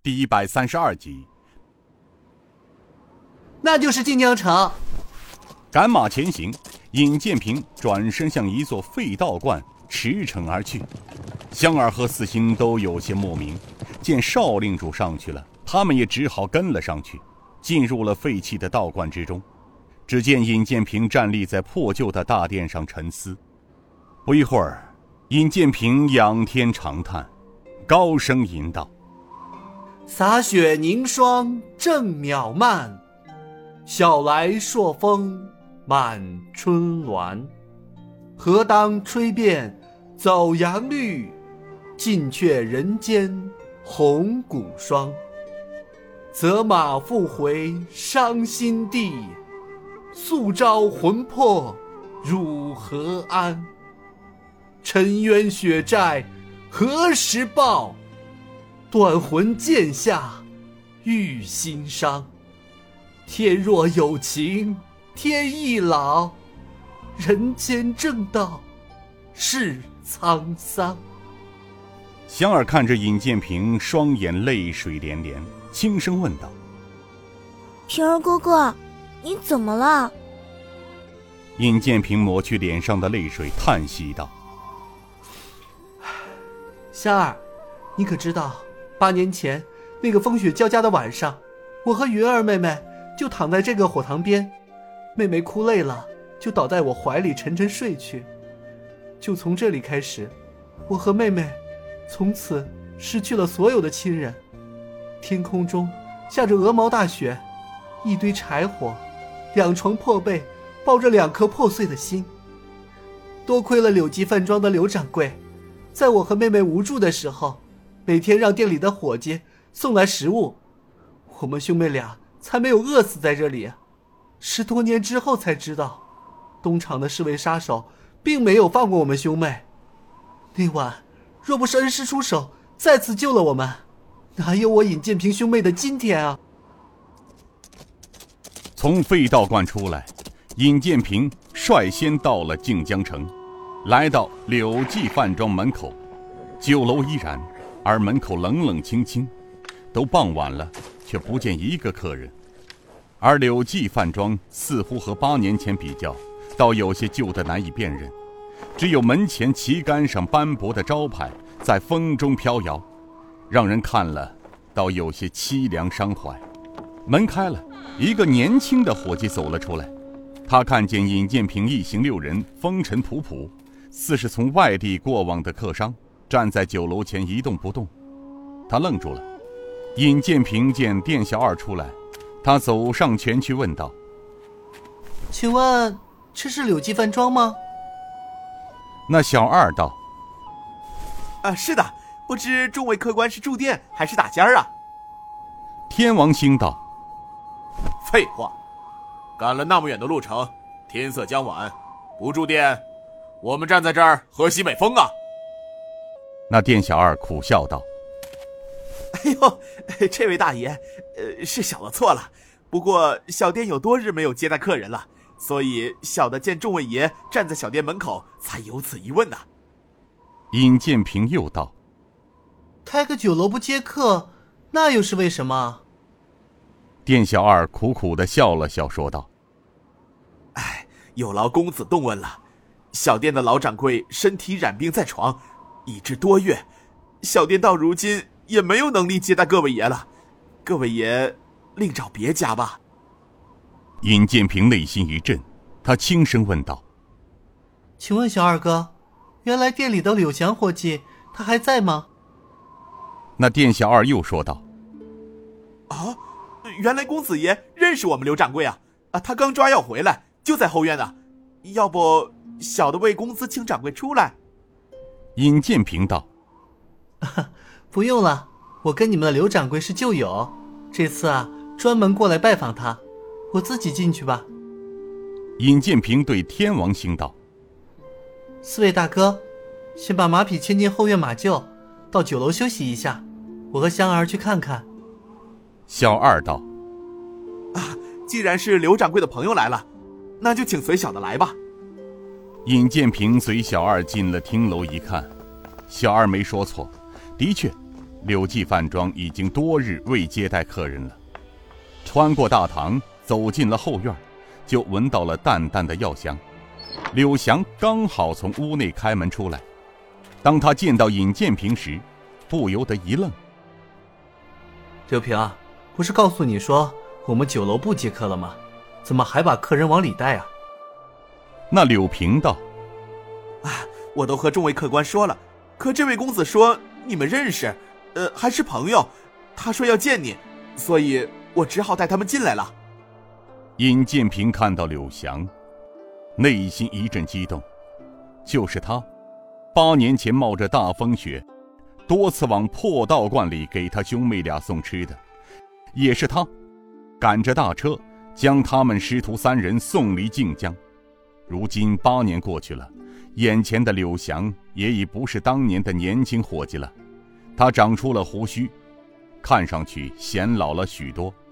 第132集。 那就是晋江城。 赶马前行，尹建平转身向一座废道观驰骋而去。香儿和四星都有些莫名，见少令主上去了，他们也只好跟了上去，进入了废弃的道观之中。只见尹建平站立在破旧的大殿上沉思。不一会儿，尹建平仰天长叹，高声吟道： 洒雪凝霜正渺漫，晓来朔风满春峦。何当吹遍走阳绿，尽却人间红骨霜。策马复回伤心地，速招魂魄入何安？沉冤血债何时报？断魂剑下玉心伤。天若有情天亦老，人间正道是沧桑。 香儿看着尹建平，双眼泪水连连，轻声问道： 平儿哥哥，你怎么了？ 尹建平抹去脸上的泪水，叹息道： 香儿，你可知道8年前那个风雪交加的晚上，我和云儿妹妹就躺在这个火塘边，妹妹哭累了就倒在我怀里沉沉睡去。就从这里开始，我和妹妹从此失去了所有的亲人。天空中下着鹅毛大雪，一堆柴火，2床破被，抱着2颗破碎的心。多亏了柳记饭庄的刘掌柜，在我和妹妹无助的时候，每天让店里的伙计送来食物，我们兄妹俩才没有饿死在这里。10多年之后才知道，东厂的侍卫杀手并没有放过我们兄妹。那晚若不是恩师出手再次救了我们，哪有我尹建平兄妹的今天啊！ 从废道观出来，尹建平率先到了靖江城，来到柳记饭庄门口。酒楼依然，而门口冷冷清清，都傍晚了，却不见一个客人。而柳记饭庄似乎和8年前比较，倒有些旧得难以辨认，只有门前旗杆上斑驳的招牌在风中飘摇，让人看了倒有些凄凉伤怀。门开了，一个年轻的伙计走了出来，他看见尹建平一行6人风尘仆仆，似是从外地过往的客商，站在酒楼前一动不动。他愣住了。尹建平见店小二出来，他走上前去问道： 请问这是柳记饭庄吗？ 那小二道： 是的，不知众位客官是住店还是打尖啊？ 天王星道： 废话，赶了那么远的路程，天色将晚，不住店，我们站在这儿何西美风啊？ 那店小二苦笑道： 哎呦，这位大爷，是小的错了，不过小店有多日没有接待客人了，所以小的见众位爷站在小店门口，才有此一问呐。 尹建平又道： 开个酒楼不接客，那又是为什么？ 店小二苦苦地笑了笑，说道： 有劳公子动问了，小店的老掌柜身体染病在床，已至多月，小店到如今也没有能力接待各位爷了，各位爷另找别家吧。 尹建平内心一震，他轻声问道： 请问小二哥，原来店里的柳祥伙计他还在吗？ 那店小二又说道： 原来公子爷认识我们刘掌柜啊，他刚抓药回来，就在后院呢，要不小的为公子请掌柜出来。 尹建平道： 不用了，我跟你们的刘掌柜是旧友，这次专门过来拜访他，我自己进去吧。 尹建平对天王星道： 4位大哥，先把马匹牵进后院马厩，到酒楼休息一下，我和香儿去看看。 小二道： 既然是刘掌柜的朋友来了，那就请随小的来吧。 尹建平随小二进了厅楼一看，小二没说错，的确柳记饭庄已经多日未接待客人了。穿过大堂，走进了后院，就闻到了淡淡的药香。柳祥刚好从屋内开门出来，当他见到尹建平时，不由得一愣。 柳平啊，不是告诉你说我们酒楼不接客了吗？怎么还把客人往里带啊？ 那柳平道： 我都和众位客官说了，可这位公子说你们认识，还是朋友，他说要见你，所以我只好带他们进来了。 尹建平看到柳祥，内心一阵激动，就是他8年前冒着大风雪多次往破道观里给他兄妹俩送吃的，也是他赶着大车将他们师徒3人送离靖江。如今8年过去了，眼前的柳祥也已不是当年的年轻伙计了，他长出了胡须，看上去显老了许多。